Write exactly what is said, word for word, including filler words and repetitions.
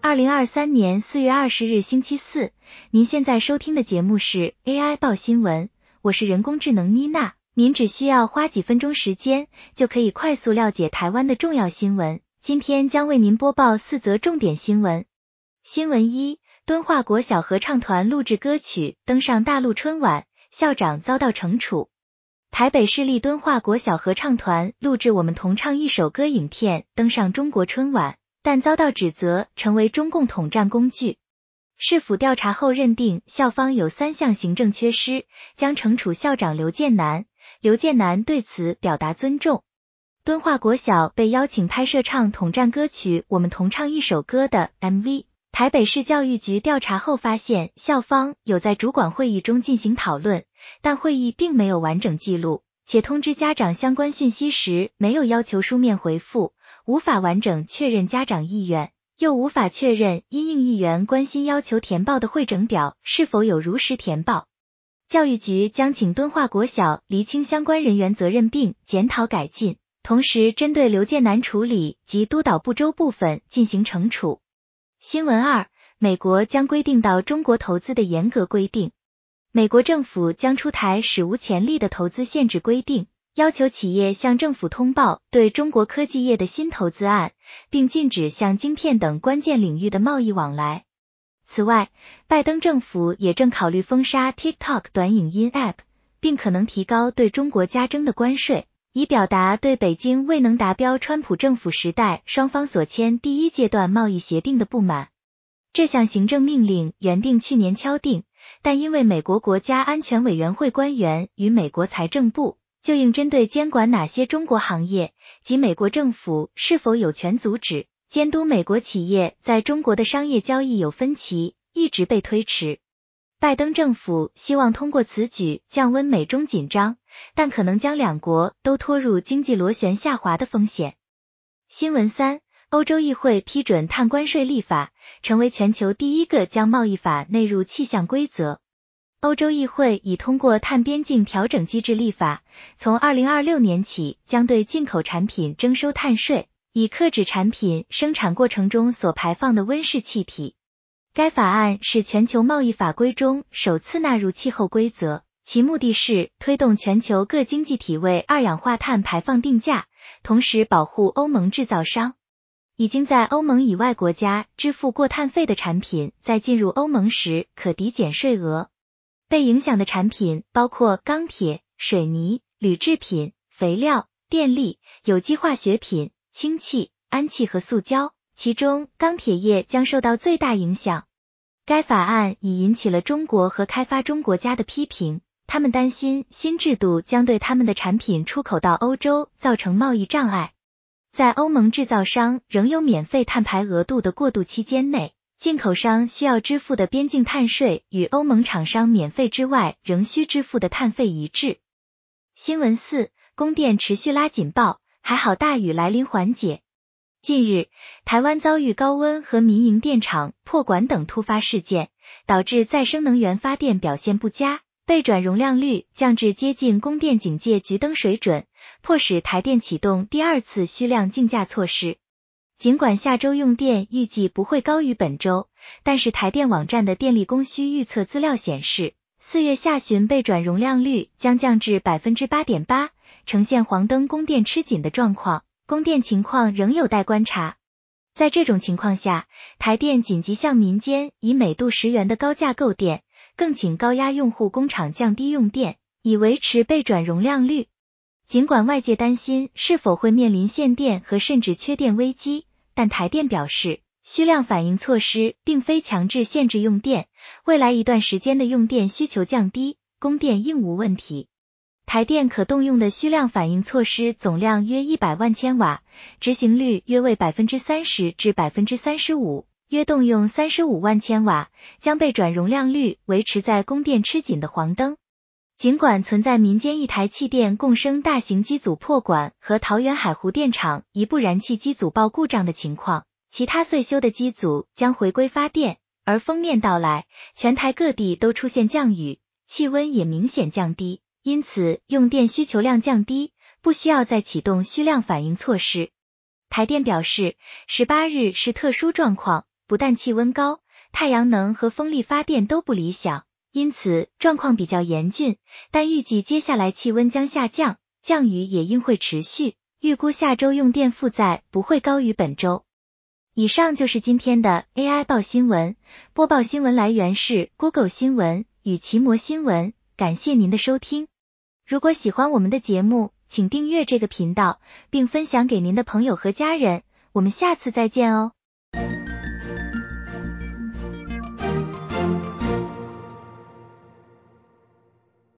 二零二三年四月二十日星期四，您现在收听的节目是 A I 报新闻，我是人工智能妮娜，您只需要花几分钟时间，就可以快速了解台湾的重要新闻。今天将为您播报四则重点新闻。新闻一，敦化国小合唱团录制歌曲登上大陆春晚，校长遭到惩处。台北市立敦化国小合唱团录制我们同唱一首歌影片登上中国春晚，但遭到指责成为中共统战工具。市府调查后认定校方有三项行政缺失，将惩处校长刘建南。刘建南对此表达尊重。敦化国小被邀请拍摄唱统战歌曲我们同唱一首歌的 M V， 台北市教育局调查后发现校方有在主管会议中进行讨论，但会议并没有完整记录，且通知家长相关讯息时没有要求书面回复，无法完整确认家长意愿，又无法确认因应议员关心要求填报的会诊表是否有如实填报。教育局将请敦化国小厘清相关人员责任并检讨改进，同时针对刘建南处理及督导不周部分进行惩处。新闻二，美国将规定到中国投资的严格规定。美国政府将出台史无前例的投资限制规定，要求企业向政府通报对中国科技业的新投资案，并禁止向晶片等关键领域的贸易往来。此外，拜登政府也正考虑封杀 TikTok 短影音 App， 并可能提高对中国加征的关税，以表达对北京未能达标川普政府时代双方所签第一阶段贸易协定的不满。这项行政命令原定去年敲定，但因为美国国家安全委员会官员与美国财政部就应针对监管哪些中国行业及美国政府是否有权阻止、监督美国企业在中国的商业交易有分歧，一直被推迟。拜登政府希望通过此举降温美中紧张，但可能将两国都拖入经济螺旋下滑的风险。新闻三，欧洲议会批准碳关税立法，成为全球第一个将贸易法纳入气象规则。欧洲议会已通过碳边境调整机制立法，从二零二六年起将对进口产品征收碳税，以克制产品生产过程中所排放的温室气体。该法案是全球贸易法规中首次纳入气候规则，其目的是推动全球各经济体为二氧化碳排放定价，同时保护欧盟制造商。已经在欧盟以外国家支付过碳费的产品在进入欧盟时可抵减税额。被影响的产品包括钢铁、水泥、铝制品、肥料、电力、有机化学品、氢气、氨气和塑胶，其中钢铁业将受到最大影响。该法案已引起了中国和开发中国家的批评，他们担心新制度将对他们的产品出口到欧洲造成贸易障碍。在欧盟制造商仍有免费碳排额度的过渡期间内，进口商需要支付的边境碳税与欧盟厂商免费之外仍需支付的碳费一致。新闻四，供电持续拉警报，还好大雨来临缓解。近日，台湾遭遇高温和民营电厂破管等突发事件，导致再生能源发电表现不佳，备转容量率降至接近供电警戒橘灯水准，迫使台电启动第二次需量竞价措施。尽管下周用电预计不会高于本周，但是台电网站的电力供需预测资料显示，四月下旬备转容量率将降至 百分之八点八， 呈现黄灯供电吃紧的状况，供电情况仍有待观察。在这种情况下，台电紧急向民间以每度十元的高价购电，更请高压用户工厂降低用电，以维持备转容量率。尽管外界担心是否会面临限电和甚至缺电危机，但台电表示，需量反应措施并非强制限制用电，未来一段时间的用电需求降低，供电应无问题。台电可动用的需量反应措施总量约一百万千瓦，执行率约为 百分之三十 至 百分之三十五， 约动用三十五万千瓦，将备转容量率维持在供电吃紧的黄灯。尽管存在民间一台气电共生大型机组破管和桃园海湖电厂一部燃气机组报故障的情况，其他岁修的机组将回归发电，而锋面到来，全台各地都出现降雨，气温也明显降低，因此用电需求量降低，不需要再启动需量反应措施。台电表示，十八日是特殊状况， 不但气温高，太阳能和风力发电都不理想，因此状况比较严峻，但预计接下来气温将下降，降雨也应会持续，预估下周用电负载不会高于本周。以上就是今天的 A I 报新闻，播报新闻来源是 Google 新闻与奇摩新闻，感谢您的收听。如果喜欢我们的节目，请订阅这个频道，并分享给您的朋友和家人，我们下次再见哦。